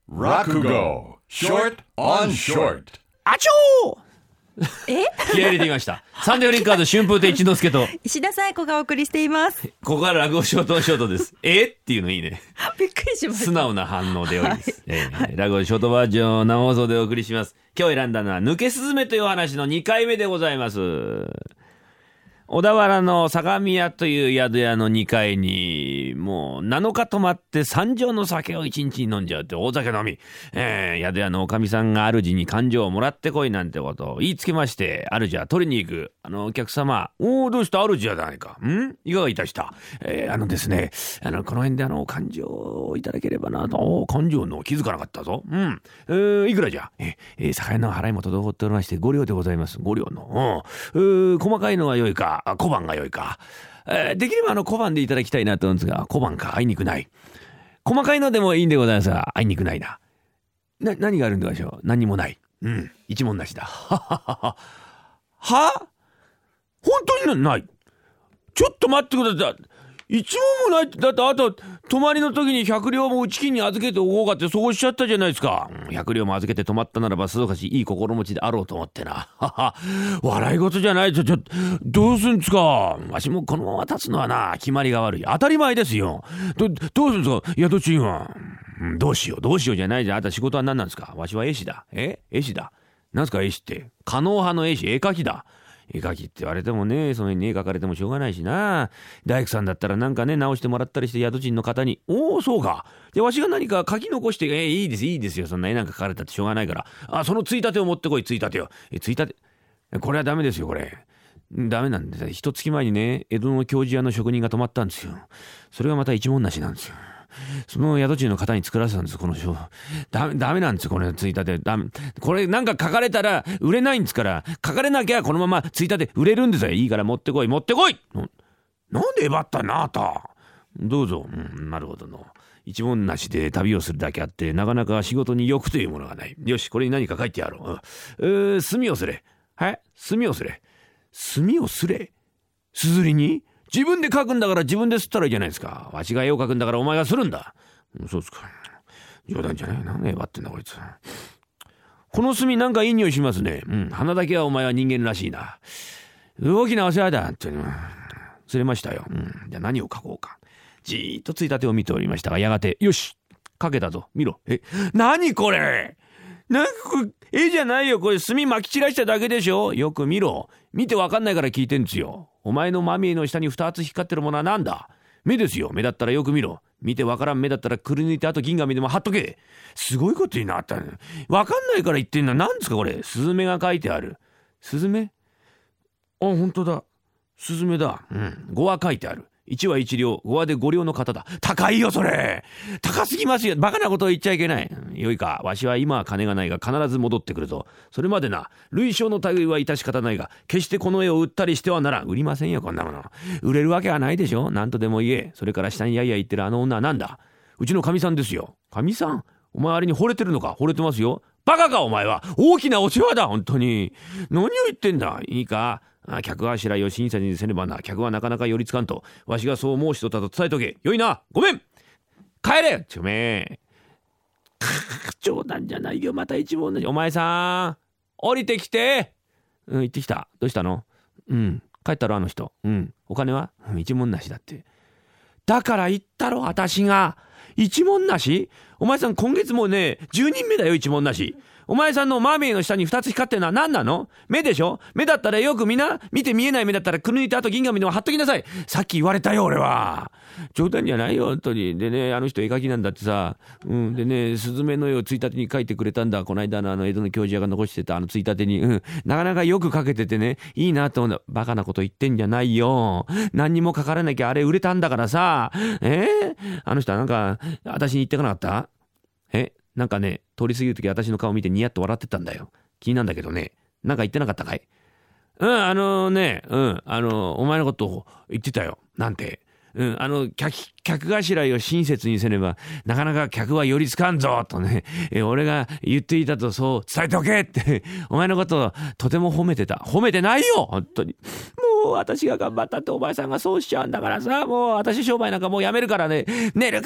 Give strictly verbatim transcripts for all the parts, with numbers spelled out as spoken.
落語 Short on Short。 あちょーえ気合い入れてみました。サンデーウリンカード春風亭一之輔と石田紗友子がお送りしています。 ここから落語ショートオンショートです。えっていうのいいね。 びっくりしました。 素直な反応で良いです、 はいえー、落語ショートバージョン生放送でお送りします。今日選んだのは抜けスズメという話のにかいめでございます。小田原の相模屋という宿屋のにかいにもうなのか泊まってさん錠の酒をいちにちに飲んじゃうって大酒飲み、えー、宿屋のおかみさんが主に勘定をもらってこいなんてことを言いつけまして、主は取りに行く。あのお客様、おーどうした主じゃないか、んいかがいたした、えー、あのですねあのこの辺であの勘定をいただければなと。お勘定の気づかなかったぞ。うん、えー、いくらじゃ。えー、酒屋の払いも滞っておりましてご両でございます。ご両の、うん、細かいのが良いか小判が良いか、えー、できればあの小判でいただきたいなと思うんですが、小判かあいにくない。細かいのでもいいんでございますがあいにくないな。な何があるんでしょう。何にもない。うん一文なしだ。はははは本当にない。ちょっと待ってください。一文もないって。だってあと泊まりの時に百両も内金に預けておこうかってそうおっしゃったじゃないですか。百両も預けて泊まったならばさぞかしいい心持ちであろうと思ってな。はは笑い事じゃない。ちょちょどうすんですか。わしもこのまま立つのはな決まりが悪い。当たり前ですよ。どどうするんですか宿賃は。どうしようどうしようじゃないじゃん。あんた仕事は何なんですか。わしは絵師だ。え絵師だ。なんすか絵師って。狩野派の絵師、絵描きだ。絵描きって言われてもね、その辺に絵描かれてもしょうがないしな。大工さんだったらなんかね直してもらったりして宿賃の方に、おおそうか。でわしが何か書き残して、えー、いいですいいですよ。そんな絵なんか描かれたってしょうがないから。あそのついたてを持ってこい。ついたてを。えついたてこれはダメですよ。これダメなんです。一月前にね江戸の教授屋の職人が泊まったんですよ。それがまた一文なしなんですよ。その宿賃の方に作らせたんです。この書ダメダメなんですよ。これついたてダメ。これなんか書かれたら売れないんですから。書かれなきゃこのままついたて売れるんですよ。いいから持ってこい持ってこい。な、なんでえばったなあた。どうぞ、うん、なるほどの。一文なしで旅をするだけあってなかなか仕事に欲というものがない。よしこれに何か書いてやろう。うん、墨をすれ。はい墨をすれ。墨をすれ。すずりに自分で書くんだから自分で吸ったらいいじゃないですか。わしが絵を描くんだからお前がするんだ。そうですか。冗談じゃないな。ねえばってんだこいつ。この墨なんかいい匂いしますね。うん。鼻だけはお前は人間らしいな。大きなお世話だって。うん、釣れましたよ。うん。じゃあ何を書こうか。じーっとついたてを見ておりましたがやがてよし書けたぞ。見ろ。え何これ。なんかこれ絵じゃないよ。これ墨まき散らしただけでしょ。よく見ろ。見てわかんないから聞いてんですよ。お前のまみえの下に二つ光ってるものはなんだ。目ですよ。目だったらよく見ろ。見てわからん目だったらくり抜いてあと銀紙でも貼っとけ。すごいことになったね。わかんないから言ってんのは何ですかこれ。スズメが書いてある。スズメ。あ本当だ。スズメだ。うん語は書いてある。いちは一両、ごはでご両の方だ。高いよそれ。高すぎますよ。バカなことを言っちゃいけない。よいか、わしは今は金がないが必ず戻ってくるぞ。それまでな、類焼の類は致し方ないが、決してこの絵を売ったりしてはならん。売りませんよこんなもの。売れるわけはないでしょ。なんとでも言え。それから下にやいや言ってるあの女はなんだ。うちのかみさんですよ。かみさんお前あれに惚れてるのか。惚れてますよ。バカかお前は。大きなお世話だ本当に。何を言ってんだ。いいか。客あしらいを親切にせねばな。客はなかなか寄りつかんと。わしがそう申しとったと伝えとけ。よいな。ごめん帰れちょめ冗談じゃないよ。また一文同じ。お前さん降りてきて。うん行ってきた。どうしたの。うん帰ったろあの人。うんお金は、うん、一文なしだって。だから言ったろ私が。一文なし。お前さん今月もうねじゅうにんめだよ。一文なし。お前さんのマーメイの下に二つ光ってるのは何なの。目でしょ。目だったらよく見な。見て見えない目だったらくる抜いてあと銀紙でも貼っときなさい。さっき言われたよ俺は。冗談じゃないよ本当に。でねあの人絵描きなんだってさ。うんでねスズメの絵をついたてに描いてくれたんだ。この間のあの江戸の教授屋が残してたあのついたてに。うんなかなかよく描けててねいいなと思うんだ。バカなこと言ってんじゃないよ。何にも描かれなきゃあれ売れたんだからさ。えー、あの人はなんか私に言ってかなかった。えなんかね通り過ぎるとき私の顔見てニヤッと笑ってたんだよ。気になんだけどね。なんか言ってなかったかい。うんあのねうんあのお前のことを言ってたよ。なんて。うんあの 客, 客あしらいを親切にせねばなかなか客は寄りつかんぞとねえ俺が言っていたとそう伝えておけってお前のことをとても褒めてた。褒めてないよ本当に。もう私が頑張ったってお前さんがそうしちゃうんだからさ。もう私商売なんかもうやめるからね寝るからっ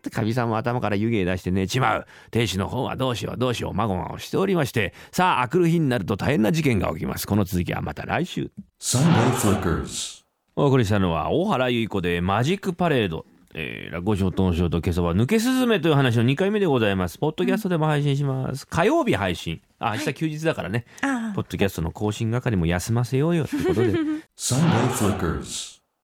ってかみさんも頭から湯気出して寝ちまう。亭主の方はどうしようどうしようまごまごしておりまして、さあ明くる日になると大変な事件が起きます。この続きはまた来週。 Sunday Flickers。 お送りしたのは大原由依子でマジックパレード。えー、落語賞トン賞と今朝は抜けすずめという話のにかいめでございます。ポッドキャストでも配信します。火曜日配信。あ、明日休日だからね、 ああポッドキャストの更新係も休ませようよということで Sunday Flickers。